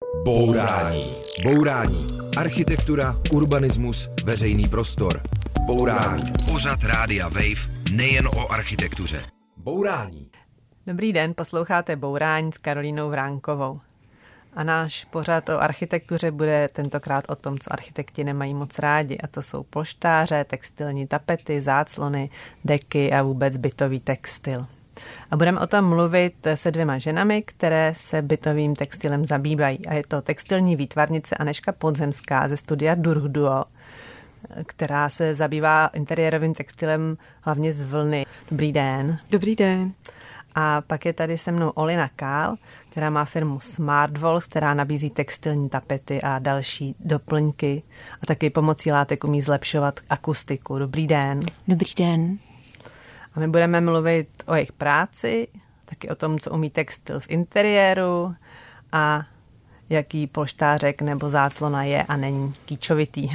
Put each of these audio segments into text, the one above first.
Bourání. Bourání. Architektura, urbanismus, veřejný prostor. Bourání. Pořad Rádia Wave nejen o architektuře. Bourání. Dobrý den, posloucháte Bourání s Karolínou Vránkovou. A náš pořad o architektuře bude tentokrát o tom, co architekti nemají moc rádi. A to jsou polštáře, textilní tapety, záclony, deky a vůbec bytový textil. A budeme o tom mluvit se dvěma ženami, které se bytovým textilem zabývají. A je to textilní výtvarnice Anežka Podzemská ze studia Durhduo, která se zabývá interiérovým textilem hlavně z vlny. Dobrý den. Dobrý den. A pak je tady se mnou Olina Kál, která má firmu Smart Walls, která nabízí textilní tapety a další doplňky a taky pomocí látek umí zlepšovat akustiku. Dobrý den. Dobrý den. A my budeme mluvit o jejich práci, taky o tom, co umí textil v interiéru a jaký polštářek nebo záclona je a není kýčovitý.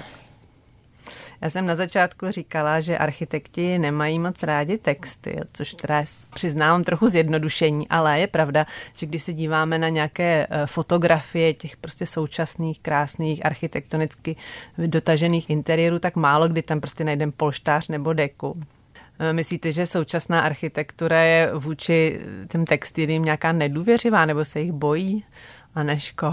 Já jsem na začátku říkala, že architekti nemají moc rádi textil, což teda přiznám trochu zjednodušení, ale je pravda, že když se díváme na nějaké fotografie těch prostě současných, krásných, architektonicky dotažených interiérů, tak málo kdy tam prostě najdeme polštář nebo deku. Myslíte, že současná architektura je vůči těm textilím nějaká nedůvěřivá, nebo se jich bojí? Anežko?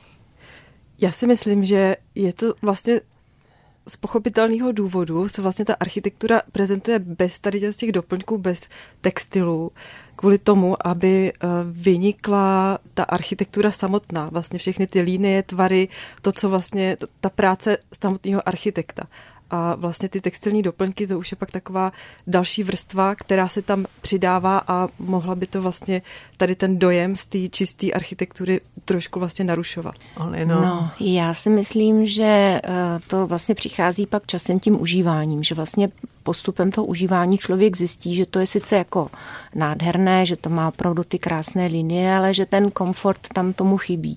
Já si myslím, že je to vlastně z pochopitelného důvodu se vlastně ta architektura prezentuje bez tady z těch doplňků, bez textilů, kvůli tomu, aby vynikla ta architektura samotná, vlastně všechny ty linie, tvary, to, co vlastně, ta práce samotného architekta. A vlastně ty textilní doplňky, to už je pak taková další vrstva, která se tam přidává a mohla by to vlastně tady ten dojem z té čisté architektury trošku vlastně narušovat. No, já si myslím, že to vlastně přichází pak časem tím užíváním, že vlastně postupem toho užívání člověk zjistí, že to je sice jako nádherné, že to má opravdu ty krásné linie, ale že ten komfort tam tomu chybí.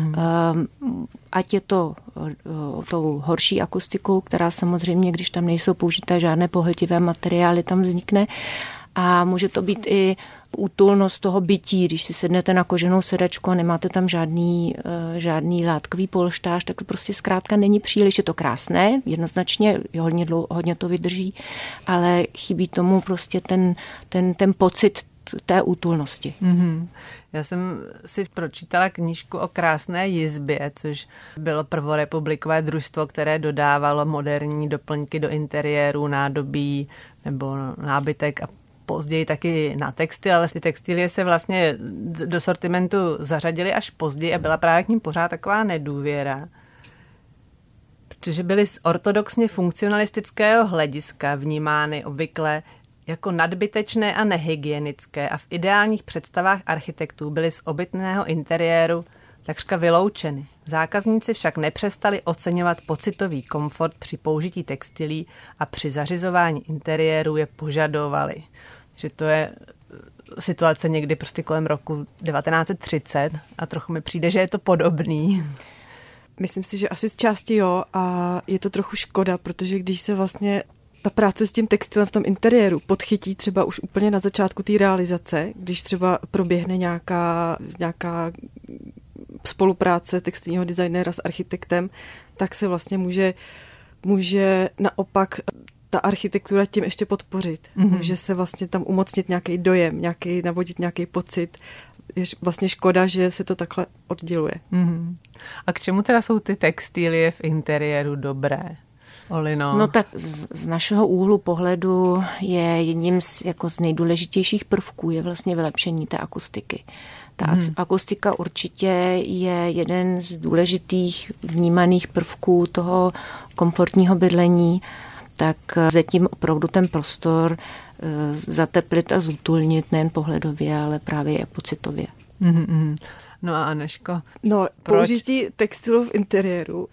Ať je to tou horší akustikou, která samozřejmě, když tam nejsou použité žádné pohltivé materiály, tam vznikne. A může to být i útulnost toho bytí, když si sednete na koženou sedačku a nemáte tam žádný látkový polštář, tak to prostě zkrátka není příliš. Je to krásné, jednoznačně hodně to vydrží, ale chybí tomu prostě ten pocit té útulnosti. Mm-hmm. Já jsem si pročítala knížku o krásné jizbě, což bylo prvorepublikové družstvo, které dodávalo moderní doplňky do interiéru, nádobí nebo nábytek a později taky na textil, ale ty textilie se vlastně do sortimentu zařadily až později a byla právě k ním pořád taková nedůvěra. Protože byly z ortodoxně funkcionalistického hlediska vnímány obvykle jako nadbytečné a nehygienické a v ideálních představách architektů byly z obytného interiéru takřka vyloučeny. Zákazníci však nepřestali oceňovat pocitový komfort při použití textilí a při zařizování interiéru je požadovali. Že to je situace někdy prostě kolem roku 1930 a trochu mi přijde, že je to podobný. Myslím si, že asi z části jo a je to trochu škoda, protože když se vlastně ta práce s tím textilem v tom interiéru podchytí třeba už úplně na začátku té realizace, když třeba proběhne nějaká spolupráce textilního designéra s architektem, tak se vlastně může naopak ta architektura tím ještě podpořit. Mm-hmm. Může se vlastně tam umocnit nějaký dojem, navodit nějaký pocit. Je vlastně škoda, že se to takhle odděluje. Mm-hmm. A k čemu teda jsou ty textilie v interiéru dobré? Olino. No tak z našeho úhlu pohledu je jedním z nejdůležitějších prvků je vlastně vylepšení té akustiky. Ta akustika určitě je jeden z důležitých vnímaných prvků toho komfortního bydlení, tak zatím opravdu ten prostor zateplit a zútulnit nejen pohledově, ale právě i pocitově. Mm-hmm. No a Anežko? No, použití textilu v interiéru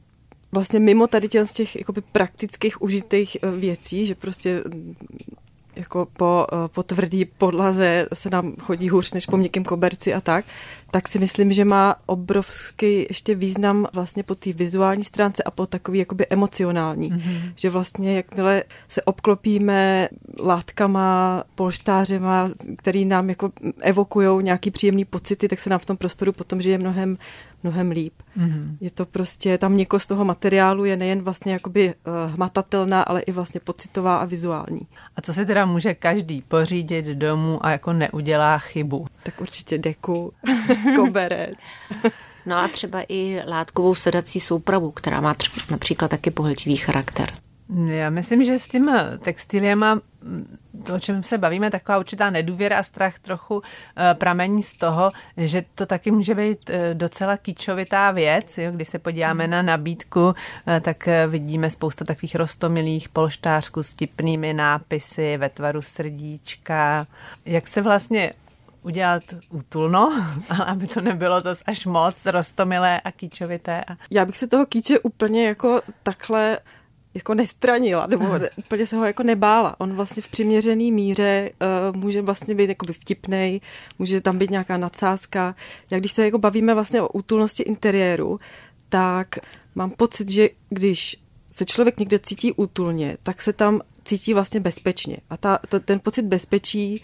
vlastně mimo tady z těch jakoby praktických užitých věcí, že prostě jako po tvrdý podlaze se nám chodí hůř než po měkkém koberci a tak si myslím, že má obrovský ještě význam vlastně po té vizuální stránce a po takový jakoby emocionální. Že vlastně jakmile se obklopíme látkama, polštářema, který nám jako evokujou nějaký příjemný pocity, tak se nám v tom prostoru potom žije mnohem líp. Je to prostě, ta měkkost toho materiálu je nejen vlastně jakoby hmatatelná, ale i vlastně pocitová a vizuální. A co si teda může každý pořídit domů a jako neudělá chybu? Tak určitě deku, koberec. No a třeba i látkovou sedací soupravu, která má například taky pohltivý charakter. Já myslím, že s tím textiliema, to, o čem se bavíme, taková určitá nedůvěra a strach trochu pramení z toho, že to taky může být docela kýčovitá věc. Jo? Když se podíváme na nabídku, tak vidíme spousta takových roztomilých polštářků s tipnými nápisy ve tvaru srdíčka. Jak se vlastně udělat útulno, ale aby to nebylo zas až moc roztomilé a kýčovité. Já bych se toho kýče úplně jako takhle jako nestranila, nebo úplně se ho jako nebála. On vlastně v přiměřený míře může vlastně být jakoby vtipnej, může tam být nějaká nadsázka. Jak když se jako bavíme vlastně o útulnosti interiéru, tak mám pocit, že když se člověk někde cítí útulně, tak se tam cítí vlastně bezpečně. A ten pocit bezpečí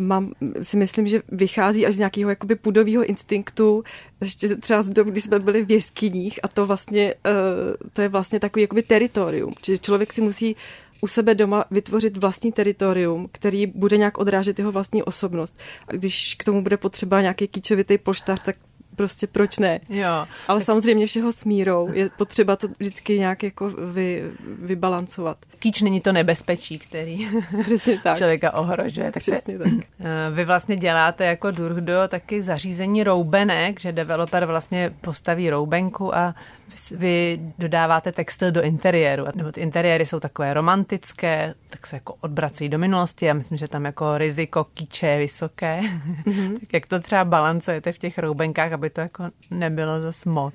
si myslím, že vychází až z nějakého jakoby pudového instinktu, ještě třeba z dob, kdy jsme byli v jeskyních a to je vlastně takový jakoby teritorium. Čiže člověk si musí u sebe doma vytvořit vlastní teritorium, který bude nějak odrážet jeho vlastní osobnost. A když k tomu bude potřeba nějaký kýčovitý polštář, tak prostě proč ne? Jo. Ale samozřejmě všeho s mírou. Je potřeba to vždycky nějak jako vybalancovat. Kýč není to nebezpečí, který člověka ohrožuje. Tak vy vlastně děláte jako Durhdo taky zařízení roubenek, že developer vlastně postaví roubenku a vy dodáváte textil do interiéru. Nebo ty interiéry jsou takové romantické, tak se jako odbrací do minulosti. Já myslím, že tam jako riziko kýče je vysoké. Tak jak to třeba balancujete v těch roubenkách, aby to jako nebylo zas moc?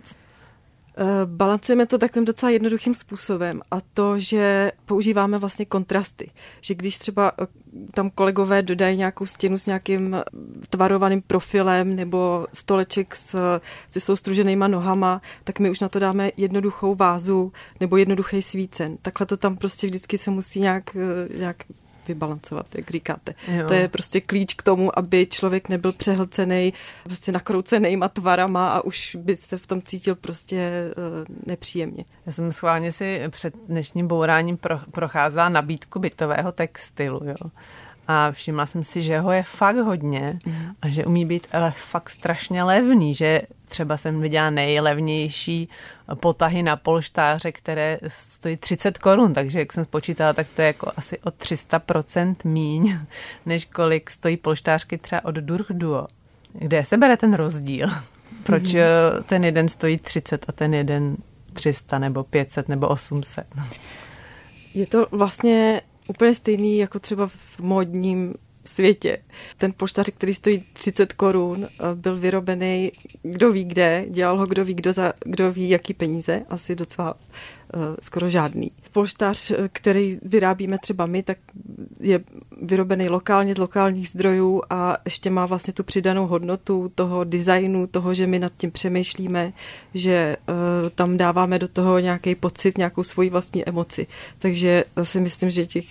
Balancujeme to takovým docela jednoduchým způsobem a to, že používáme vlastně kontrasty. Že když třeba tam kolegové dodají nějakou stěnu s nějakým tvarovaným profilem nebo stoleček se soustruženýma nohama, tak my už na to dáme jednoduchou vázu nebo jednoduchý svícen. Takhle to tam prostě vždycky se musí nějak vybalancovat, jak říkáte. Jo. To je prostě klíč k tomu, aby člověk nebyl přehlcený, prostě nakroucenýma tvarama a už by se v tom cítil prostě nepříjemně. Já jsem schválně si před dnešním bouráním procházela nabídku bytového textilu, jo. A všimla jsem si, že ho je fakt hodně a že umí být ale fakt strašně levný, že třeba jsem viděla nejlevnější potahy na polštáře, které stojí 30 korun, takže jak jsem spočítala, tak to je jako asi o 300% míň, než kolik stojí polštářky třeba od Durhduo. Kde se bere ten rozdíl? Proč ten jeden stojí 30 a ten jeden 300 nebo 500 nebo 800? Je to vlastně úplně stejný jako třeba v módním světě. Ten polštářek, který stojí 30 korun, byl vyrobený kdo ví kde, dělal ho kdo ví jaký peníze, asi docela skoro žádný. Polštář, který vyrábíme třeba my, tak je vyrobený lokálně z lokálních zdrojů a ještě má vlastně tu přidanou hodnotu toho designu, toho, že my nad tím přemýšlíme, že tam dáváme do toho nějaký pocit, nějakou svoji vlastní emoci. Takže si myslím, že těch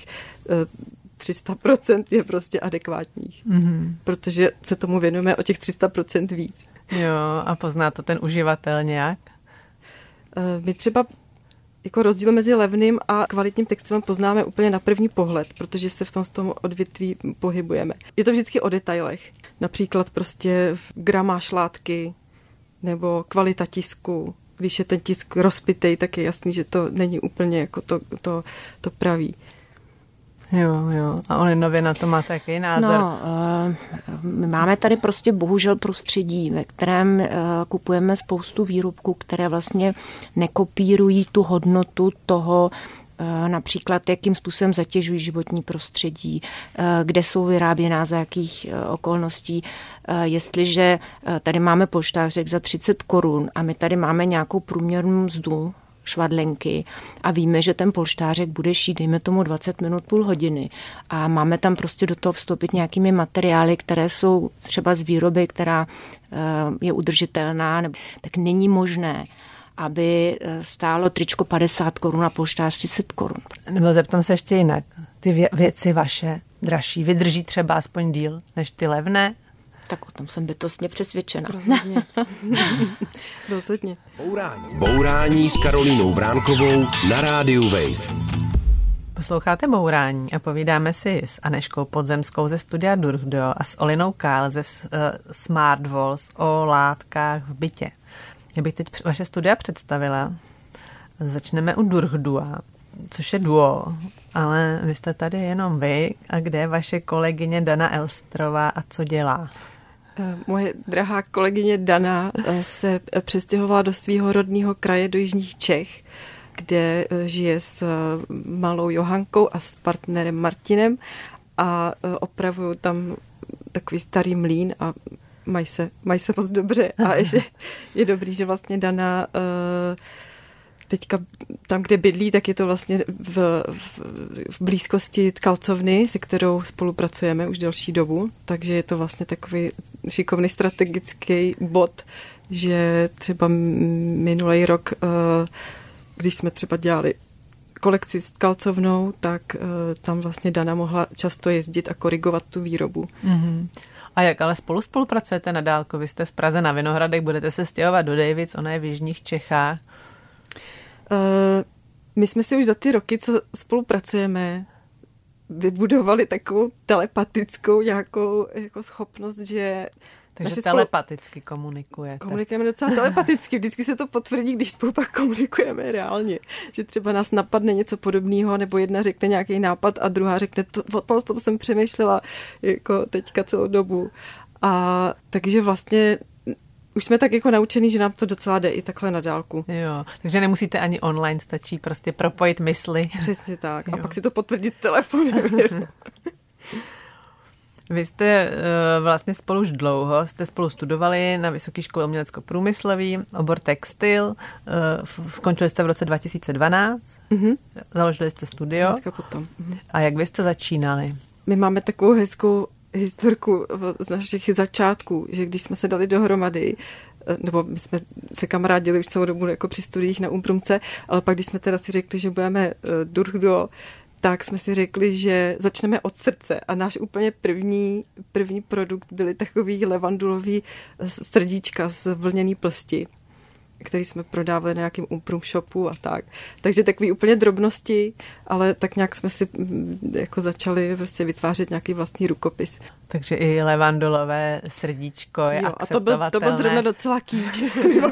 300% je prostě adekvátních, protože se tomu věnujeme o těch 300% víc. Jo, a pozná to ten uživatel nějak? My třeba jako rozdíl mezi levným a kvalitním textilem poznáme úplně na první pohled, protože se v tom odvětví pohybujeme. Je to vždycky o detailech. Například prostě gramáž látky nebo kvalita tisku. Když je ten tisk rozpitej, tak je jasný, že to není úplně jako to pravý. Jo. A Olinově na to máte jaký názor? No, my máme tady prostě bohužel prostředí, ve kterém kupujeme spoustu výrobků, které vlastně nekopírují tu hodnotu toho, například jakým způsobem zatěžují životní prostředí, kde jsou vyráběná, za jakých okolností. Jestliže tady máme polštářek za 30 korun a my tady máme nějakou průměrnou mzdu švadlenky a víme, že ten polštářek bude šít, dejme tomu 20 minut, půl hodiny a máme tam prostě do toho vstoupit nějakými materiály, které jsou třeba z výroby, která je udržitelná, tak není možné, aby stálo tričko 50 korun a polštář 30 korun. Nebo zeptám se ještě jinak. Ty věci vaše dražší vydrží třeba aspoň díl než ty levné? Tak o tom jsem bytostně přesvědčena. Rozhodně. Rozhodně. Bourání s Karolínou Vránkovou na rádiu Wave. Posloucháte Bourání a povídáme si s Anežkou Podzemskou ze studia Durhdo a s Olinou Kál ze Smart Walls o látkách v bytě. Já bych teď vaše studia představila. Začneme u Durhdua, což je duo, ale vy jste tady jenom vy. A kde je vaše kolegyně Dana Elstrová a co dělá? Moje drahá kolegyně Dana se přestěhovala do svého rodného kraje, do jižních Čech, kde žije s malou Johankou a s partnerem Martinem a opravují tam takový starý mlýn a mají se moc dobře. A ještě je dobrý, že vlastně Dana teďka tam, kde bydlí, tak je to vlastně v blízkosti tkalcovny, se kterou spolupracujeme už delší dobu, takže je to vlastně takový šikovný strategický bod, že třeba minulý rok, když jsme třeba dělali kolekci s tkalcovnou, tak tam vlastně Dana mohla často jezdit a korigovat tu výrobu. Mm-hmm. A jak ale spolupracujete na dálku? Vy jste v Praze na Vinohradech, budete se stěhovat do Davids, ona je v jižních Čechách. My jsme si už za ty roky, co spolupracujeme, vybudovali takovou telepatickou nějakou jako schopnost, že... Takže telepaticky komunikujete. Komunikujeme docela telepaticky. Vždycky se to potvrdí, když spolu pak komunikujeme reálně. Že třeba nás napadne něco podobného, nebo jedna řekne nějaký nápad a druhá řekne, o tom jsem přemýšlela jako teďka celou dobu. A takže vlastně už jsme tak jako naučený, že nám to docela jde i takhle na dálku. Jo, takže nemusíte ani online, stačí prostě propojit mysli. Přesně tak. A pak si to potvrdit telefonem. Vy jste vlastně spolu už dlouho, jste spolu studovali na Vysoké škole umělecko-průmyslový, obor textil, skončili jste v roce 2012, založili jste studio. Potom. A jak vy jste začínali? My máme takovou hezkou historku z našich začátků, že když jsme se dali dohromady, nebo my jsme se kamarádili už celou dobu jako při studiích na Umprumce, ale pak když jsme teda si řekli, že budeme Durhdo, tak jsme si řekli, že začneme od srdce a náš úplně první produkt byly takový levandulový srdíčka z vlněný plsti, který jsme prodávali na nějakém Umprum shopu a tak. Takže takový úplně drobnosti, ale tak nějak jsme si jako začali prostě vytvářet nějaký vlastní rukopis. Takže i levandulové srdíčko je akceptovatelné. A to byl zrovna docela kýč.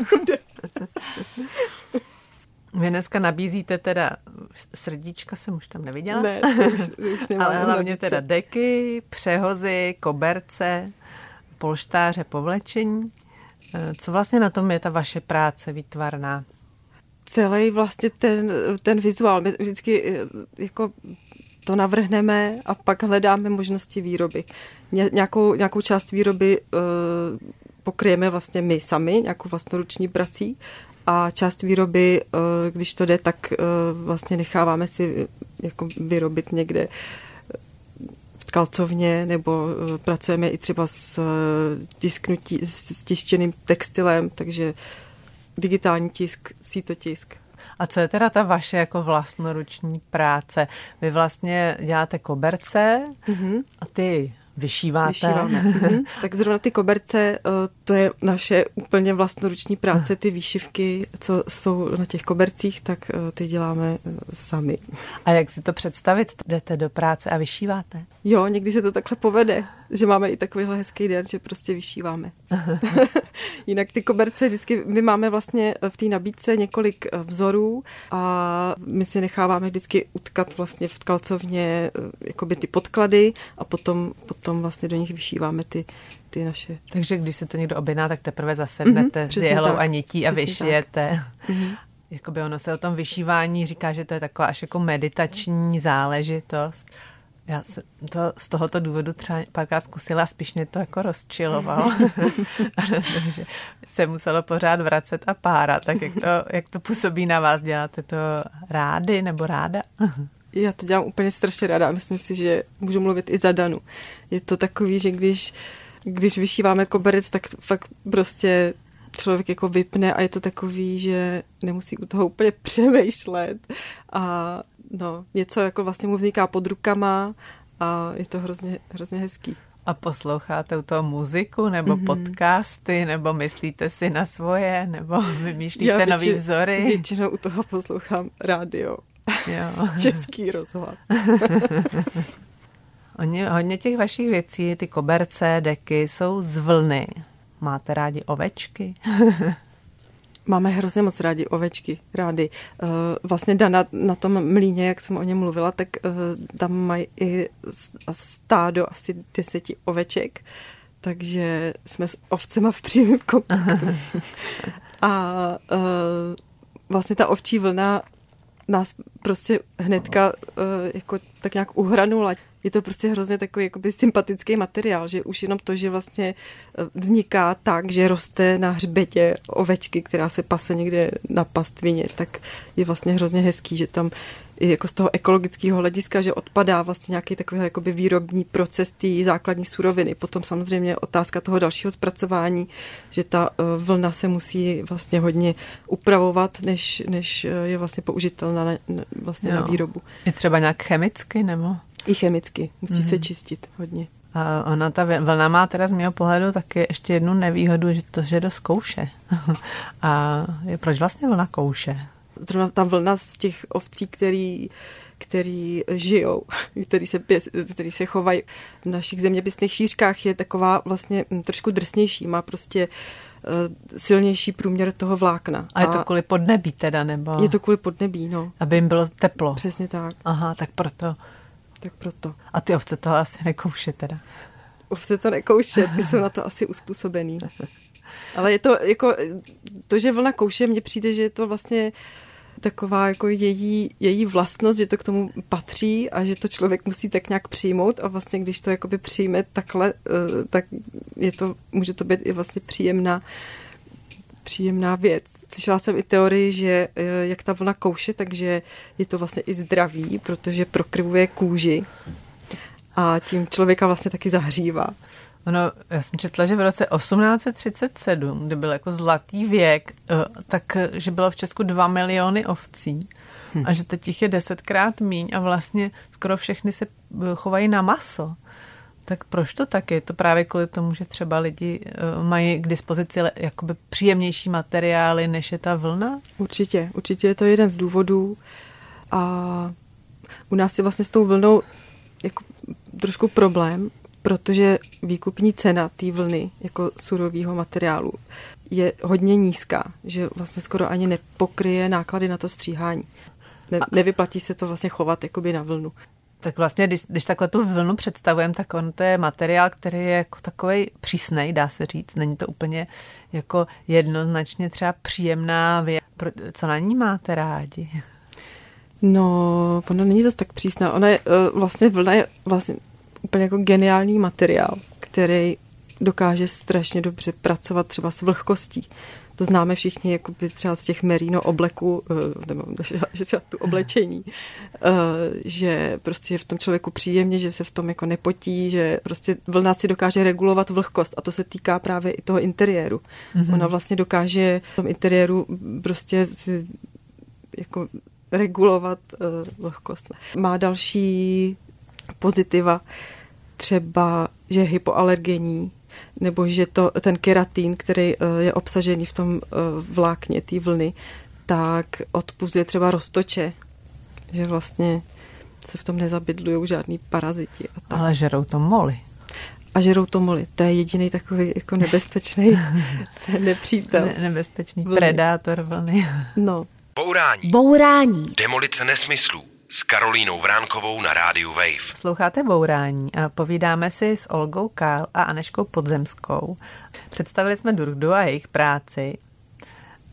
Vy dneska nabízíte teda srdíčka, jsem už tam neviděla. Ne, to už nemám. Ale hlavně teda deky, přehozy, koberce, polštáře, povlečení. Co vlastně na tom je ta vaše práce výtvarná? Celý vlastně ten vizuál. My vždycky jako to navrhneme a pak hledáme možnosti výroby. Nějakou část výroby pokryjeme vlastně my sami, nějakou vlastnoruční prací, a část výroby, když to jde, tak vlastně necháváme si jako vyrobit někde v tkalcovně, nebo pracujeme i třeba s tištěným textilem, takže digitální tisk, sítotisk. A co je teda ta vaše jako vlastnoruční práce? Vy vlastně děláte koberce a ty vyšíváme. Tak zrovna ty koberce, to je naše úplně vlastnoruční práce, ty výšivky, co jsou na těch kobercích, tak ty děláme sami. A jak si to představit? Jdete do práce a vyšíváte? Jo, někdy se to takhle povede, že máme i takovýhle hezký den, že prostě vyšíváme. Jinak ty koberce vždycky, my máme vlastně v té nabídce několik vzorů a my si necháváme vždycky utkat vlastně v tkalcovně jakoby ty podklady a potom vlastně do nich vyšíváme ty naše. Takže když se to někdo objedná, tak teprve zasednete s jehlou a nití a vyšijete. Jakoby ono se o tom vyšívání říká, že to je taková až jako meditační záležitost. Já se to z tohoto důvodu třeba párkrát zkusila, spíš mě to jako rozčilovalo, protože se muselo pořád vracet a párat. Tak jak to působí na vás? Děláte to rády nebo ráda? Já to dělám úplně strašně ráda a myslím si, že můžu mluvit i za Danu. Je to takový, že když vyšíváme koberec, tak fakt prostě člověk jako vypne a je to takový, že nemusí u toho úplně přemýšlet a něco jako vlastně mu vzniká pod rukama a je to hrozně hezký. A posloucháte u toho muziku nebo podcasty, nebo myslíte si na svoje, nebo vymýšlíte nový vzory? Většinou u toho poslouchám rádio. Jo. Český rozhlas. Hodně těch vašich věcí, ty koberce, deky, jsou z vlny. Máte rádi ovečky? Máme hrozně moc rádi ovečky, rádi. Vlastně Dana na tom mlýně, jak jsem o něm mluvila, tak tam mají i stádo asi 10 oveček, takže jsme s ovcema v přímém kontaktu. A vlastně ta ovčí vlna nás prostě hnedka jako tak nějak uhranula. Je to prostě hrozně takový jakoby sympatický materiál, že už jenom to, že vlastně vzniká tak, že roste na hřbetě ovečky, která se pase někde na pastvině, tak je vlastně hrozně hezký, že tam i jako z toho ekologického hlediska, že odpadá vlastně nějaký takový jakoby výrobní proces té základní suroviny. Potom samozřejmě otázka toho dalšího zpracování, že ta vlna se musí vlastně hodně upravovat, než je vlastně použitelná na výrobu. Je třeba nějak chemicky, nebo? I chemicky. Musí se čistit hodně. A ona, ta vlna má teda z mého pohledu taky ještě jednu nevýhodu, že to je dost kouše. A proč vlastně vlna kouše? Zrovna ta vlna z těch ovcí, který žijou, který se chovají v našich zeměpisných šířkách, je taková vlastně trošku drsnější, má prostě silnější průměr toho vlákna. A je to kvůli podnebí teda, nebo? Je to kvůli podnebí, no. Aby jim bylo teplo. Přesně tak. Aha, tak proto. A ty ovce to asi nekouše teda. Ovce to nekouše, ty jsou na to asi uspůsobený. Ale je to jako, to, že vlna kouše, mně přijde, že je to vlastně taková jako její vlastnost, že to k tomu patří a že to člověk musí tak nějak přijmout a vlastně když to jakoby přijme takhle, tak může to být i vlastně příjemná věc. Slyšela jsem i teorii, že jak ta vlna kouše, takže je to vlastně i zdravý, protože prokrvuje kůži a tím člověka vlastně taky zahřívá. Já jsem četla, že v roce 1837, kdy byl jako zlatý věk, takže bylo v Česku 2 miliony ovcí a že teď jich je 10krát míň a vlastně skoro všechny se chovají na maso. Tak proč to tak? Je to právě kvůli tomu, že třeba lidi mají k dispozici jakoby příjemnější materiály, než je ta vlna? Určitě je to jeden z důvodů a u nás je vlastně s tou vlnou jako trošku problém, protože výkupní cena té vlny jako surového materiálu je hodně nízká, že vlastně skoro ani nepokryje náklady na to stříhání. Nevyplatí se to vlastně chovat jakoby na vlnu. Tak vlastně, když takhle tu vlnu představujeme, tak on to je materiál, který je jako takovej přísnej, dá se říct. Není to úplně jako jednoznačně třeba příjemná věc. Co na ní máte rádi? No, ona není zase tak přísná. Vlna je vlastně úplně jako geniální materiál, který dokáže strašně dobře pracovat třeba s vlhkostí. To známe všichni jako třeba z těch merino obleků, nebo třeba tu oblečení, že prostě je v tom člověku příjemně, že se v tom jako nepotí, že prostě vlna si dokáže regulovat vlhkost a to se týká právě i toho interiéru. Mm-hmm. Ona vlastně dokáže v tom interiéru prostě si jako regulovat vlhkost. Má další pozitiva, třeba, že je hypoalergenní, nebo že ten keratin, který je obsažený v tom vlákně té vlny, tak odpuzuje třeba roztoče, že vlastně se v tom nezabydlujou žádný paraziti. A tak. Ale žerou to moly. A žerou to moly. To je jediný takový jako nebezpečný nepřítel. Nebezpečný vlny. Predátor vlny. No. Bourání. Demolice nesmyslů. S Karolínou Vránkovou na rádiu Wave. Sloucháte Bourání a povídáme si s Olgou Kál a Anežkou Podzemskou. Představili jsme Durkdu a jejich práci.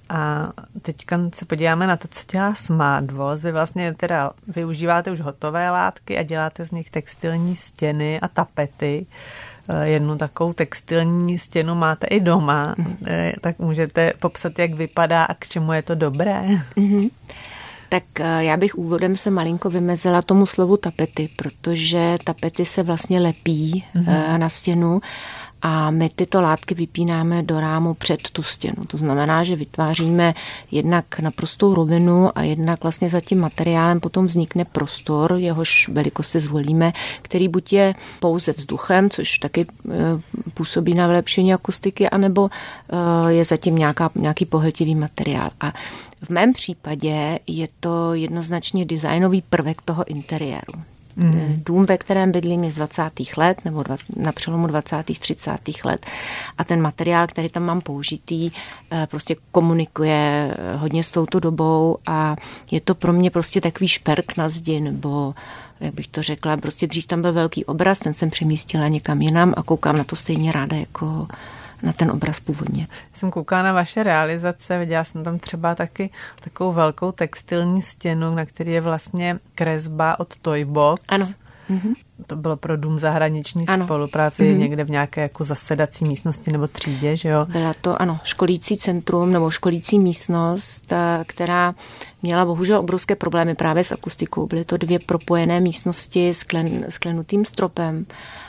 A teďka se podíváme na to, co dělá SmartWalls. Vy vlastně teda využíváte už hotové látky a děláte z nich textilní stěny a tapety. Jednu takovou textilní stěnu máte i doma, tak můžete popsat, jak vypadá a k čemu je to dobré? Mm-hmm. Tak já bych úvodem se malinko vymezila tomu slovu tapety, protože tapety se vlastně lepí na stěnu a my tyto látky vypínáme do rámu před tu stěnu. To znamená, že vytváříme jednak naprostou rovinu a jednak vlastně za tím materiálem potom vznikne prostor, jehož velikost si zvolíme, který buď je pouze vzduchem, což taky působí na vylepšení akustiky, anebo je zatím nějaký pohltivý materiál. A v mém případě je to jednoznačně designový prvek toho interiéru. Dům, ve kterém bydlím, je z 20. let nebo na přelomu 20. 30. let a ten materiál, který tam mám použitý, prostě komunikuje hodně s touto dobou a je to pro mě prostě takový šperk na zdi, nebo jak bych to řekla, prostě dřív tam byl velký obraz, ten jsem přemístila někam jinam a koukám na to stejně ráda jako na ten obraz původně. Jsem koukala na vaše realizace, viděla jsem tam třeba taky takovou velkou textilní stěnu, na který je vlastně kresba od Toybox. Ano. To bylo pro dům zahraniční spolupráce někde v nějaké jako zasedací místnosti nebo třídě, že jo? Byla to, ano, školící centrum nebo školící místnost, která měla bohužel obrovské problémy právě s akustikou. Byly to 2 propojené místnosti s klenutým stropem.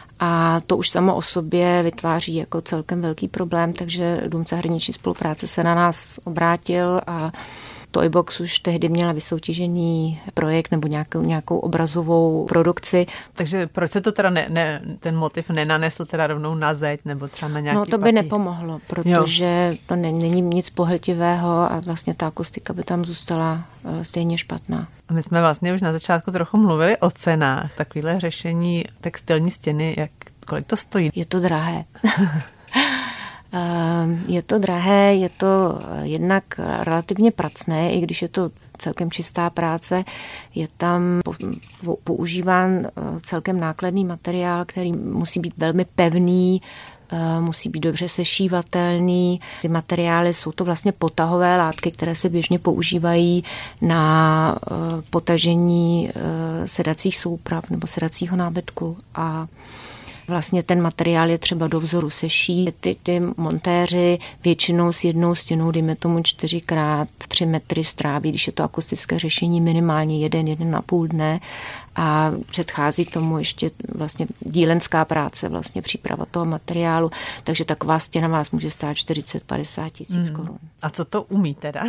A to už samo o sobě vytváří jako celkem velký problém, takže Dům zahraniční spolupráce se na nás obrátil a Toybox už tehdy měla vysoutěžený projekt nebo nějakou obrazovou produkci. Takže proč se to teda ten motiv nenanesl teda rovnou na zeď nebo třeba na nějaký No to by nepomohlo, protože to není nic pohltivého a vlastně ta akustika by tam zůstala stejně špatná. A my jsme vlastně už na začátku trochu mluvili o cenách. Takovýhle řešení textilní stěny, kolik to stojí? Je to drahé. Je to drahé, je to jednak relativně pracné, i když je to celkem čistá práce. Je tam používán celkem nákladný materiál, který musí být velmi pevný, musí být dobře sešívatelný. Ty materiály jsou to vlastně potahové látky, které se běžně používají na potažení sedacích souprav nebo sedacího nábytku a vlastně ten materiál je třeba do vzoru sešít. Ty montéři většinou s jednou stěnou, dejme tomu 4x3 metry stráví, když je to akustické řešení, minimálně 1,5 dne a předchází tomu ještě vlastně dílenská práce, vlastně příprava toho materiálu, takže taková stěna vás může stát 40-50 tisíc korun. A co to umí teda?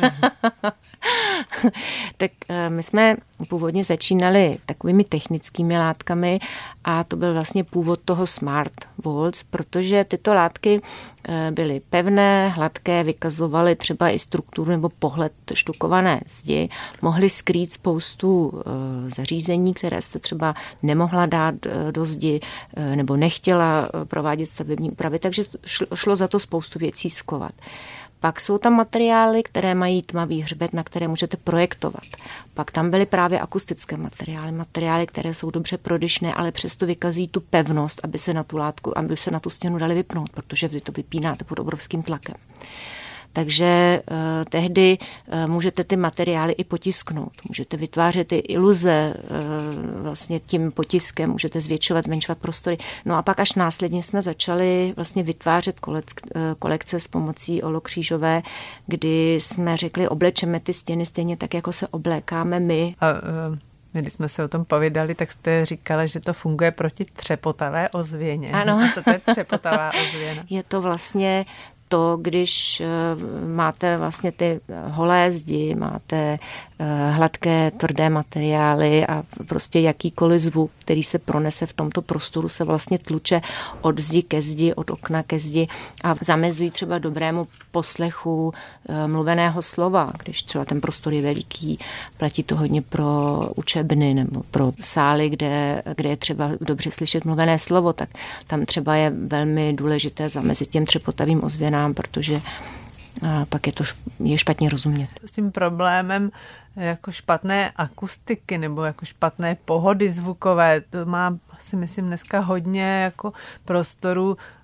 Tak my jsme původně začínali takovými technickými látkami a to byl vlastně původ toho SmartWalls, protože tyto látky byly pevné, hladké, vykazovaly třeba i strukturu nebo pohled štukované zdi, mohly skrýt spoustu zařízení, které jste třeba nemohla dát do zdi nebo nechtěla provádět stavební úpravy, takže šlo za to spoustu věcí skovat. Pak jsou tam materiály, které mají tmavý hřbet, na které můžete projektovat. Pak tam byly právě akustické materiály, které jsou dobře prodyšné, ale přesto vykazují tu pevnost, aby se na tu stěnu dali vypnout, protože vy to vypínáte pod obrovským tlakem. Takže tehdy můžete ty materiály i potisknout. Můžete vytvářet ty iluze vlastně tím potiskem, můžete zvětšovat, zmenšovat prostory. No a pak až následně jsme začali vlastně vytvářet kolekce s pomocí Olo Křížové, kdy jsme řekli, oblečeme ty stěny stejně tak, jako se oblékáme my. My, když jsme se o tom povídali, tak jste říkala, že to funguje proti třepotavé ozvěně. Ano. A co to je třepotavá ozvěna? Je to vlastně to, když máte vlastně ty holé zdi, máte hladké, tvrdé materiály a prostě jakýkoliv zvuk, který se pronese v tomto prostoru, se vlastně tluče od zdi ke zdi, od okna ke zdi a zamezují třeba dobrému poslechu mluveného slova, když třeba ten prostor je veliký, platí to hodně pro učebny nebo pro sály, kde je třeba dobře slyšet mluvené slovo, tak tam třeba je velmi důležité zamezit těm třepotavým ozvěnám, protože pak je špatně rozumět. S tím problémem jako špatné akustiky nebo jako špatné pohody zvukové, to má si myslím dneska hodně jako prostoru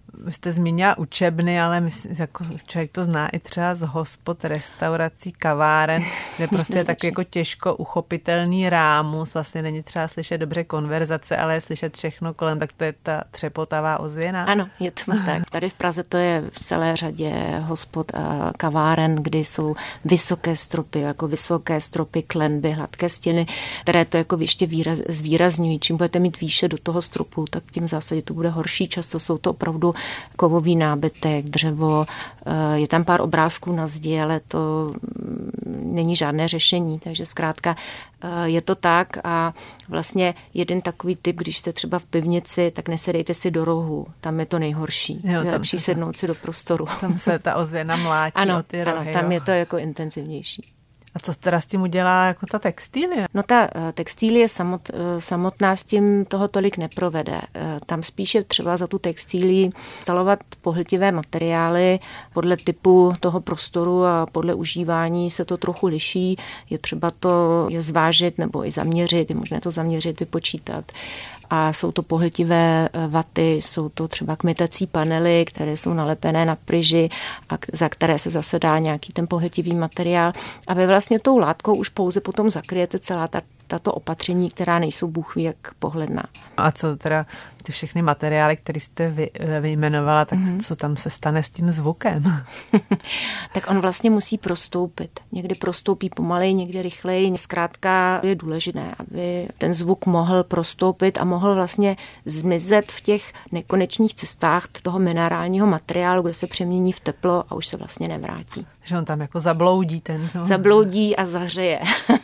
Vy jste zmínila učebny, ale jako člověk to zná i třeba z hospod, restaurací, kaváren, kde prostě je tak jako těžko uchopitelný rámus, vlastně není třeba slyšet dobře konverzace, ale je slyšet všechno kolem, tak to je ta třepotavá ozvěna. Ano, je to tak. Tady v Praze to je v celé řadě hospod a kaváren, kdy jsou vysoké stropy, klenby, hladké stěny, které to jako ještě zvýrazňují. Čím budete mít výše do toho stropu, tak tím v zásadě to bude horší. Často jsou to opravdu kovový nábytek, dřevo. Je tam pár obrázků na zdi, ale to není žádné řešení, takže zkrátka je to tak a vlastně jeden takový typ, když jste třeba v pivnici, tak nesedejte si do rohu, tam je to nejhorší. Je lepší sednout si do prostoru. Tam se ta ozvěna mlátí o ty rohy. Ano, tam je to jako intenzivnější. A co teda s tím udělá jako ta textilie? No ta textilie samotná s tím toho tolik neprovede. Tam spíše třeba za tu textilii instalovat pohltivé materiály podle typu toho prostoru a podle užívání se to trochu liší. Je třeba to zvážit nebo i zaměřit, je možné to zaměřit, vypočítat. A jsou to pohltivé vaty, jsou to třeba kmitací panely, které jsou nalepené na pryži a za které se zase dá nějaký ten pohltivý materiál. A vy vlastně tou látkou už pouze potom zakryjete celá tato opatření, která nejsou bůh ví jak pohledná. A co teda ty všechny materiály, které jste vyjmenovala, tak co tam se stane s tím zvukem? Tak on vlastně musí prostoupit. Někdy prostoupí pomaleji, někdy rychleji. Zkrátka je důležité, aby ten zvuk mohl prostoupit a mohl vlastně zmizet v těch nekonečných cestách toho minerálního materiálu, kde se přemění v teplo a už se vlastně nevrátí. Že on tam jako zabloudí ten. Zabloudí a zahřeje.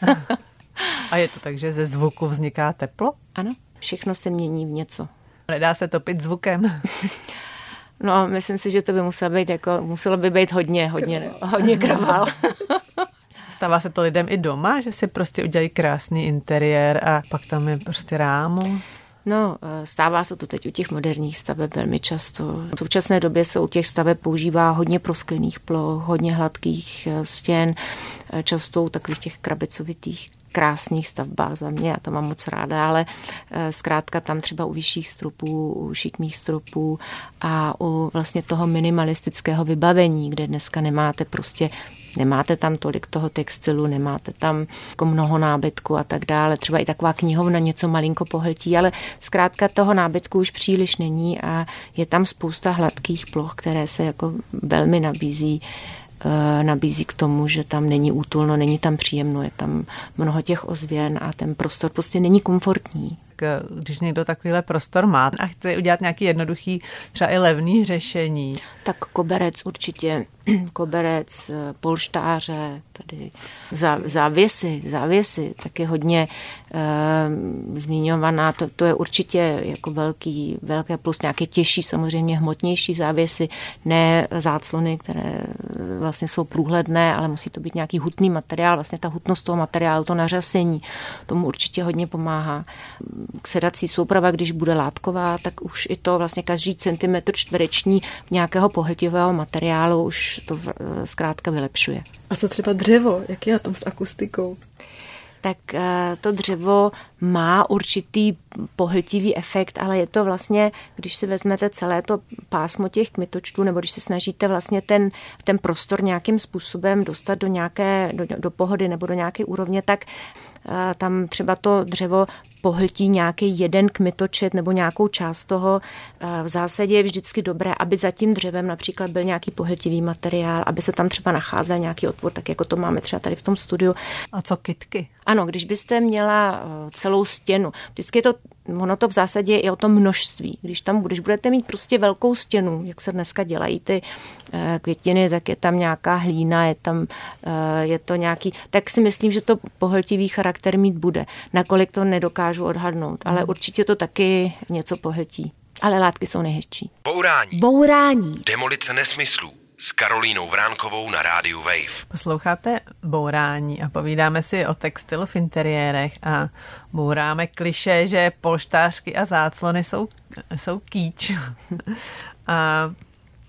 A je to tak, že ze zvuku vzniká teplo? Ano, všechno se mění v něco. Nedá se topit zvukem? No, myslím si, že to by muselo by být hodně kravál. Stává se to lidem i doma, že si prostě udělají krásný interiér a pak tam je prostě rámus? No, stává se to teď u těch moderních staveb velmi často. V současné době se u těch staveb používá hodně prosklených ploch, hodně hladkých stěn, často u takových těch krabicovitých krásných stavbách za mě, já to mám moc ráda, ale zkrátka tam třeba u vyšších stropů, u šikmých stropů a u vlastně toho minimalistického vybavení, kde dneska nemáte tam tolik toho textilu, nemáte tam jako mnoho nábytku a tak dále. Třeba i taková knihovna něco malinko pohltí, ale zkrátka toho nábytku už příliš není a je tam spousta hladkých ploch, které se jako velmi nabízí k tomu, že tam není útulno, není tam příjemno, je tam mnoho těch ozvěn a ten prostor prostě není komfortní. Když někdo takovýhle prostor má a chce udělat nějaký jednoduchý, třeba i levný řešení. Tak koberec určitě, polštáře, tady závěsy, taky hodně zmiňovaná, to je určitě jako velké plus, nějaké těžší, samozřejmě hmotnější závěsy, ne záclony, které vlastně jsou průhledné, ale musí to být nějaký hutný materiál, vlastně ta hutnost toho materiálu, to nařasení, tomu určitě hodně pomáhá. Sedací souprava, když bude látková, tak už i to vlastně každý centimetr čtvereční nějakého pohltivého materiálu už to zkrátka vylepšuje. A co třeba dřevo? Jak je na tom s akustikou? Tak to dřevo má určitý pohltivý efekt, ale je to vlastně, když si vezmete celé to pásmo těch kmitočtů, nebo když se snažíte vlastně ten prostor nějakým způsobem dostat do pohody nebo do nějaké úrovně, tak tam třeba to dřevo pohltí nějaký jeden kmitočet nebo nějakou část toho. V zásadě je vždycky dobré, aby za tím dřevem například byl nějaký pohltivý materiál, aby se tam třeba nacházel nějaký otvor, tak jako to máme třeba tady v tom studiu. A co kytky? Ano, když byste měla celou stěnu, vždycky ono to v zásadě je i o tom množství. Když budete mít prostě velkou stěnu, jak se dneska dělají ty květiny, tak je tam nějaká hlína, je to nějaký, tak si myslím, že to pohltivý charakter mít bude. Nakolik to nedokážu odhadnout, ale určitě to taky něco pohltí. Ale látky jsou nejhezčí. Bourání. Demolice nesmyslů. S Karolínou Vránkovou na rádiu Wave. Posloucháte Bourání a povídáme si o textilu v interiérech a bouráme klišé, že polštářky a záclony jsou kýč. A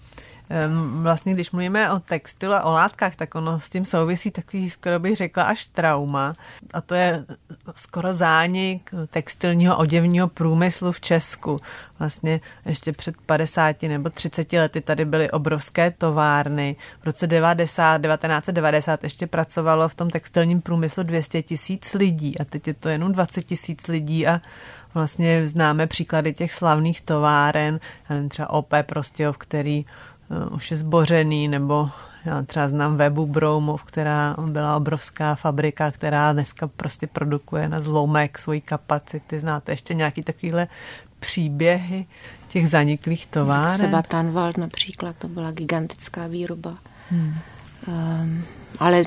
Vlastně, když mluvíme o textilu a o látkách, tak ono s tím souvisí takový, skoro bych řekla, až trauma. A to je skoro zánik textilního oděvního průmyslu v Česku. Vlastně ještě před 50 nebo 30 lety tady byly obrovské továrny. V roce 1990 ještě pracovalo v tom textilním průmyslu 200 000 lidí a teď je to jenom 20 000 lidí a vlastně známe příklady těch slavných továren, třeba OP Prostějov, který už je zbořený, nebo já třeba znám Webu Broumov, která byla obrovská fabrika, která dneska prostě produkuje na zlomek svojí kapacity. Znáte ještě nějaký takovýhle příběhy těch zaniklých továren? Seba Tanvald například, to byla gigantická výroba. Ale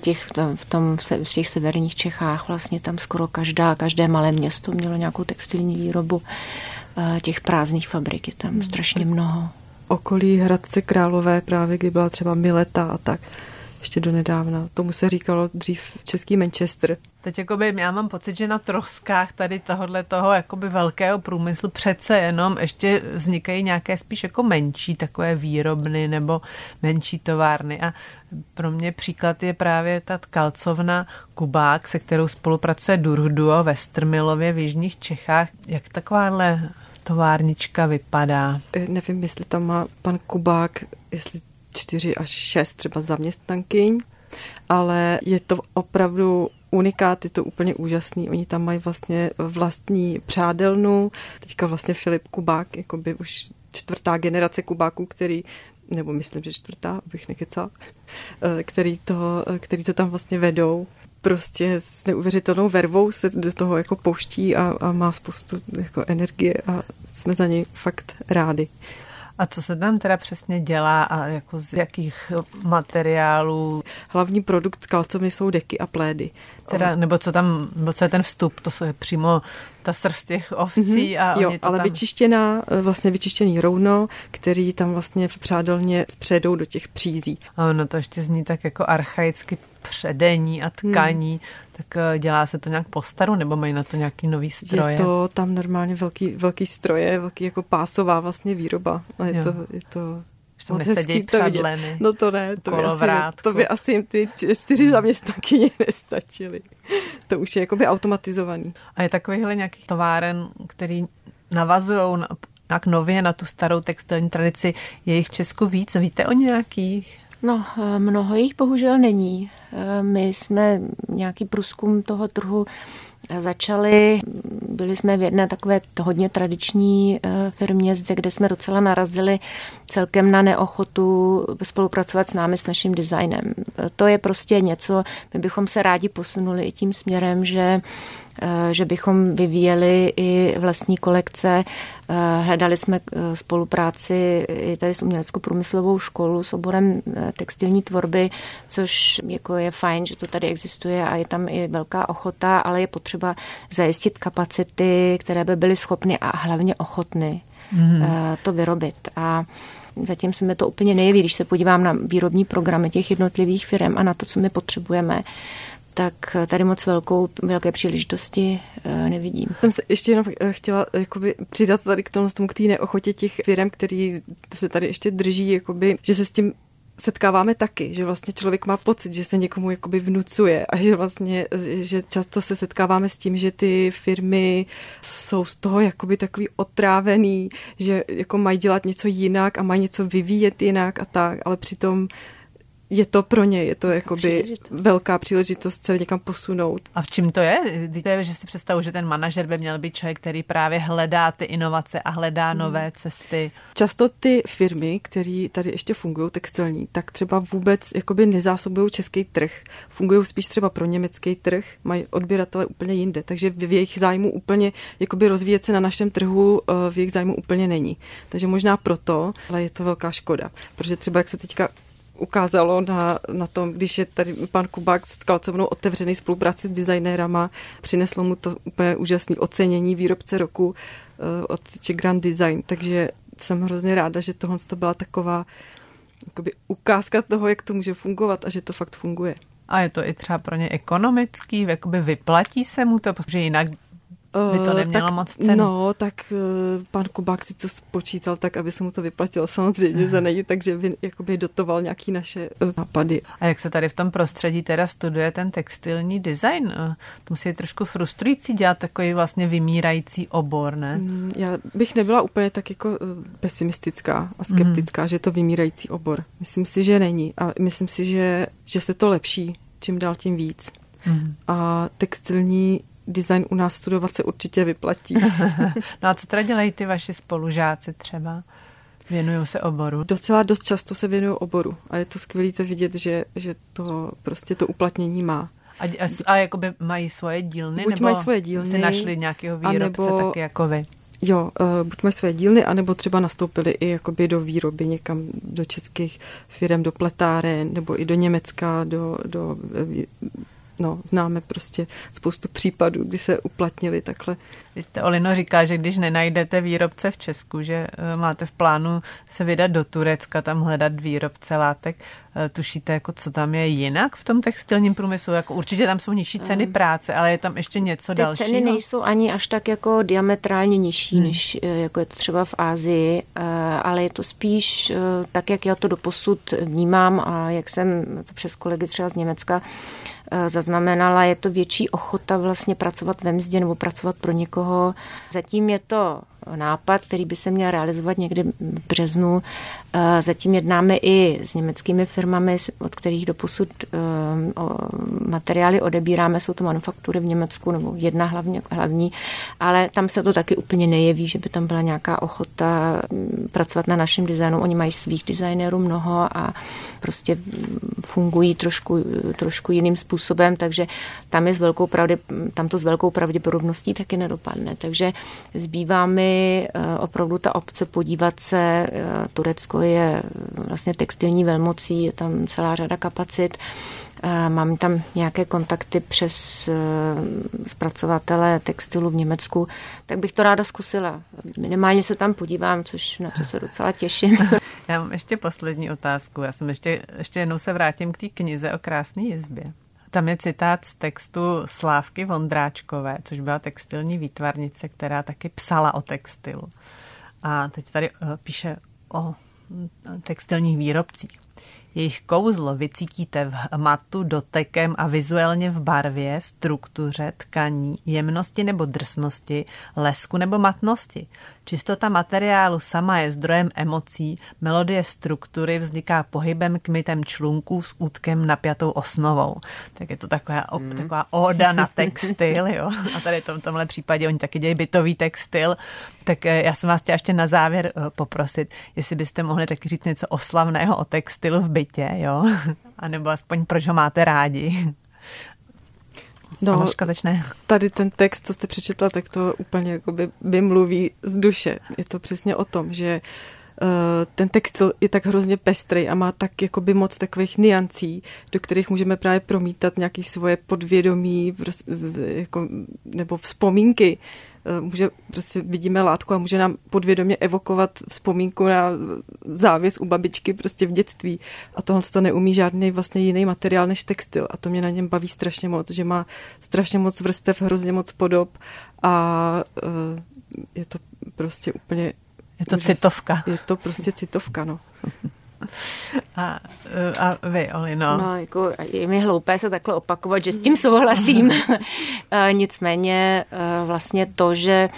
v těch severních Čechách vlastně tam skoro každé malé město mělo nějakou textilní výrobu. Těch prázdných fabrik je tam strašně mnoho. Okolí Hradce Králové právě, kdy byla třeba Mileta a tak, ještě donedávna. Tomu se říkalo dřív český Manchester. Teď jakoby, já mám pocit, že na troskách tady toho jakoby velkého průmyslu přece jenom ještě vznikají nějaké spíš jako menší takové výrobny nebo menší továrny. A pro mě příklad je právě ta tkalcovna Kubák, se kterou spolupracuje Durduo ve Strmilově v jižních Čechách. Jak takováhle továrnička vypadá? Nevím, jestli tam má pan Kubák, jestli 4 až 6 třeba zaměstnankyň, ale je to opravdu unikát, je to úplně úžasný. Oni tam mají vlastně vlastní přádelnu. Teďka vlastně Filip Kubák, jakoby už 4. generace Kubáků, nebo myslím, že 4., abych nekecala, který to tam vlastně vedou. Prostě s neuvěřitelnou vervou se do toho jako pouští a má spoustu jako energie a jsme za něj fakt rádi. A co se tam teda přesně dělá a jako z jakých materiálů? Hlavní produkt tkalcovny jsou deky a plédy. Nebo co je ten vstup? To je přímo ta srst těch ovcí a jo, oni to ale tam... vyčištěný rouno, který tam vlastně v přádelně předou do těch přízí. A ono to ještě zní tak jako archaicky předení a tkaní, tak dělá se to nějak po staru, nebo mají na to nějaký nový stroje? Je to tam normálně velký stroje, velký jako pásová vlastně výroba. A je to že tam nesedějí přadleny. No to ne, to by asi jim ty 4 zaměstnankyně nestačily. To už je jakoby automatizovaný. A je takovýhle nějaký továren, který navazujou nějak nově na tu starou textilní tradici, je jich v Česku víc? Víte o nějakých? No, mnoho jich bohužel není. My jsme nějaký průzkum toho trhu začali, byli jsme v jedné takové hodně tradiční firmě, kde jsme docela narazili celkem na neochotu spolupracovat s námi, s naším designem. To je prostě něco, my bychom se rádi posunuli i tím směrem, že bychom vyvíjeli i vlastní kolekce. Hledali jsme spolupráci i tady s umělecko-průmyslovou školou s oborem textilní tvorby, což jako je fajn, že to tady existuje a je tam i velká ochota, ale je potřeba zajistit kapacity, které by byly schopny a hlavně ochotny to vyrobit. A zatím se mi to úplně nejeví, když se podívám na výrobní programy těch jednotlivých firm a na to, co my potřebujeme, tak tady moc velké příležitosti nevidím. Jsem se ještě jenom chtěla jakoby přidat tady k té neochotě těch firm, který se tady ještě drží, jakoby, že se s tím setkáváme taky, že vlastně člověk má pocit, že se někomu jakoby vnucuje a že vlastně, že často se setkáváme s tím, že ty firmy jsou z toho jakoby takový otrávený, že jako mají dělat něco jinak a mají něco vyvíjet jinak a tak, ale přitom je to pro ně, je to jakoby velká příležitost se někam posunout. A v čem to je? To je, že si představuji, že ten manažer by měl být člověk, který právě hledá ty inovace a hledá nové cesty. Často ty firmy, které tady ještě fungují textilní, tak třeba vůbec jakoby nezásobují český trh. Fungují spíš třeba pro německý trh, mají odběratele úplně jinde, takže v jejich zájmu úplně jakoby rozvíjet se na našem trhu v jejich zájmu úplně není. Takže možná proto, ale je to velká škoda, protože třeba jak se teďka ukázalo na tom, když je tady pan Kubák s tkalcovnou otevřený spolupráci s designérama, přineslo mu to úplně úžasné ocenění výrobce roku od Grand Design, takže jsem hrozně ráda, že tohle to byla taková jakoby ukázka toho, jak to může fungovat a že to fakt funguje. A je to i třeba pro ně ekonomický, jakoby vyplatí se mu to, protože jinak by to nemělo moc cenu. No, tak pan Kubák si to spočítal tak, aby se mu to vyplatilo samozřejmě za něj, takže by jakoby dotoval nějaký naše nápady. A jak se tady v tom prostředí teda studuje ten textilní design? To musí trošku frustrující dělat takový vlastně vymírající obor, ne? Já bych nebyla úplně tak jako pesimistická a skeptická, že je to vymírající obor. Myslím si, že není a myslím si, že se to lepší čím dál tím víc. A textilní design u nás studovat se určitě vyplatí. No a co teda dělají ty vaši spolužáci třeba? Věnují se oboru? Docela dost často se věnují oboru a je to skvělé to vidět, že to prostě to uplatnění má. A jakoby mají svoje dílny? Buď nebo mají svoje dílny, si našli nějakého výrobce taky jako vy? Jo, buď mají svoje dílny, anebo třeba nastoupili i jakoby do výroby někam do českých firem, do pletáren, nebo i do Německa, známe prostě spoustu případů, kdy se uplatnili takhle. Vy jste, Olino, říká, že když nenajdete výrobce v Česku, že máte v plánu se vydat do Turecka, tam hledat výrobce látek. Tušíte, jako co tam je jinak v tom textilním průmyslu? Jako určitě tam jsou nižší ceny práce, ale je tam ještě něco dalšího? Ty ceny nejsou ani až tak jako diametrálně nižší, než jako je to třeba v Asii, ale je to spíš tak, jak já to doposud vnímám a jak jsem to přes kolegy třeba z Německa zaznamenala, je to větší ochota vlastně pracovat ve mzdě nebo pracovat pro někoho. Zatím je to nápad, který by se měl realizovat někdy v březnu. Zatím jednáme i s německými firmami, od kterých doposud materiály odebíráme. Jsou to manufaktury v Německu, nebo jedna hlavní, ale tam se to taky úplně nejeví, že by tam byla nějaká ochota pracovat na našem designu. Oni mají svých designérů mnoho a prostě fungují trošku jiným způsobem, takže tam to s velkou pravděpodobností taky nedopadne. Takže zbývá mi opravdu ta obce podívat se. Turecko je vlastně textilní velmocí, je tam celá řada kapacit. Mám tam nějaké kontakty přes zpracovatele textilu v Německu, tak bych to ráda zkusila. Minimálně se tam podívám, na co se docela těším. Já mám ještě poslední otázku. Já jsem ještě jednou se vrátím k té knize o krásné jizbě. Tam je citát z textu Slávky Vondráčkové, což byla textilní výtvarnice, která taky psala o textilu. A teď tady píše o textilních výrobcích. Jejich kouzlo vycítíte v hmatu, dotekem a vizuálně v barvě, struktuře, tkaní, jemnosti nebo drsnosti, lesku nebo matnosti. Čistota materiálu sama je zdrojem emocí, melodie struktury vzniká pohybem kmitem člunků s útkem napjatou osnovou. Tak je to taková óda na textil, jo. A tady v tomhle případě oni taky dělají bytový textil. Tak já jsem vás chtěla ještě na závěr poprosit, jestli byste mohli taky říct něco oslavného o textilu v bytě, jo? A nebo aspoň proč ho máte rádi. No, začne. Tady ten text, co jste přečetla, tak to úplně jakoby vymluví z duše. Je to přesně o tom, že ten textil je tak hrozně pestrej a má tak jakoby moc takových niancí, do kterých můžeme právě promítat nějaké svoje podvědomí nebo vzpomínky. Prostě vidíme látku a může nám podvědomě evokovat vzpomínku na závěs u babičky prostě v dětství. A tohle to neumí žádný vlastně jiný materiál než textil. A to mě na něm baví strašně moc, že má strašně moc vrstev, hrozně moc podob a je to prostě úplně... Je to citovka. Je to prostě citovka, no. A vy, Olino? No, jako je mi hloupé se takhle opakovat, že s tím souhlasím. Nicméně vlastně to, že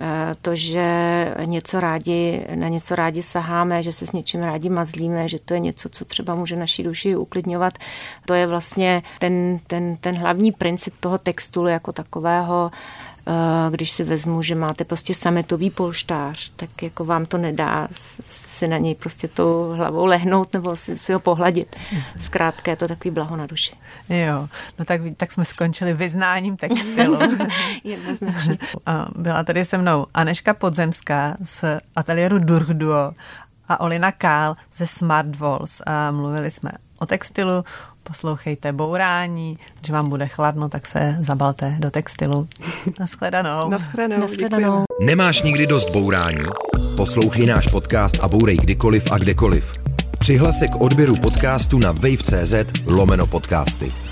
na něco rádi saháme, že se s něčím rádi mazlíme, že to je něco, co třeba může naší duši uklidňovat, to je vlastně ten hlavní princip toho textilu jako takového. Když si vezmu, že máte prostě sametový polštář, tak jako vám to nedá si na něj prostě tou hlavou lehnout nebo si ho pohladit. Zkrátka je to takový blaho na duši. Jo, no tak jsme skončili vyznáním textilu. Jednoznačně. Byla tady se mnou Anežka Podzemská z ateliéru Durchduo a Olina Kál ze Smart Walls a mluvili jsme o textilu. Poslouchejte Bourání, když vám bude chladno, tak se zabalte do textilu. Naschledanou. Naschledanou. Nemáš nikdy dost bourání? Poslouchej náš podcast a bourej kdykoliv a kdekoliv. Přihlas se k odběru podcastu na wave.cz/podcasty.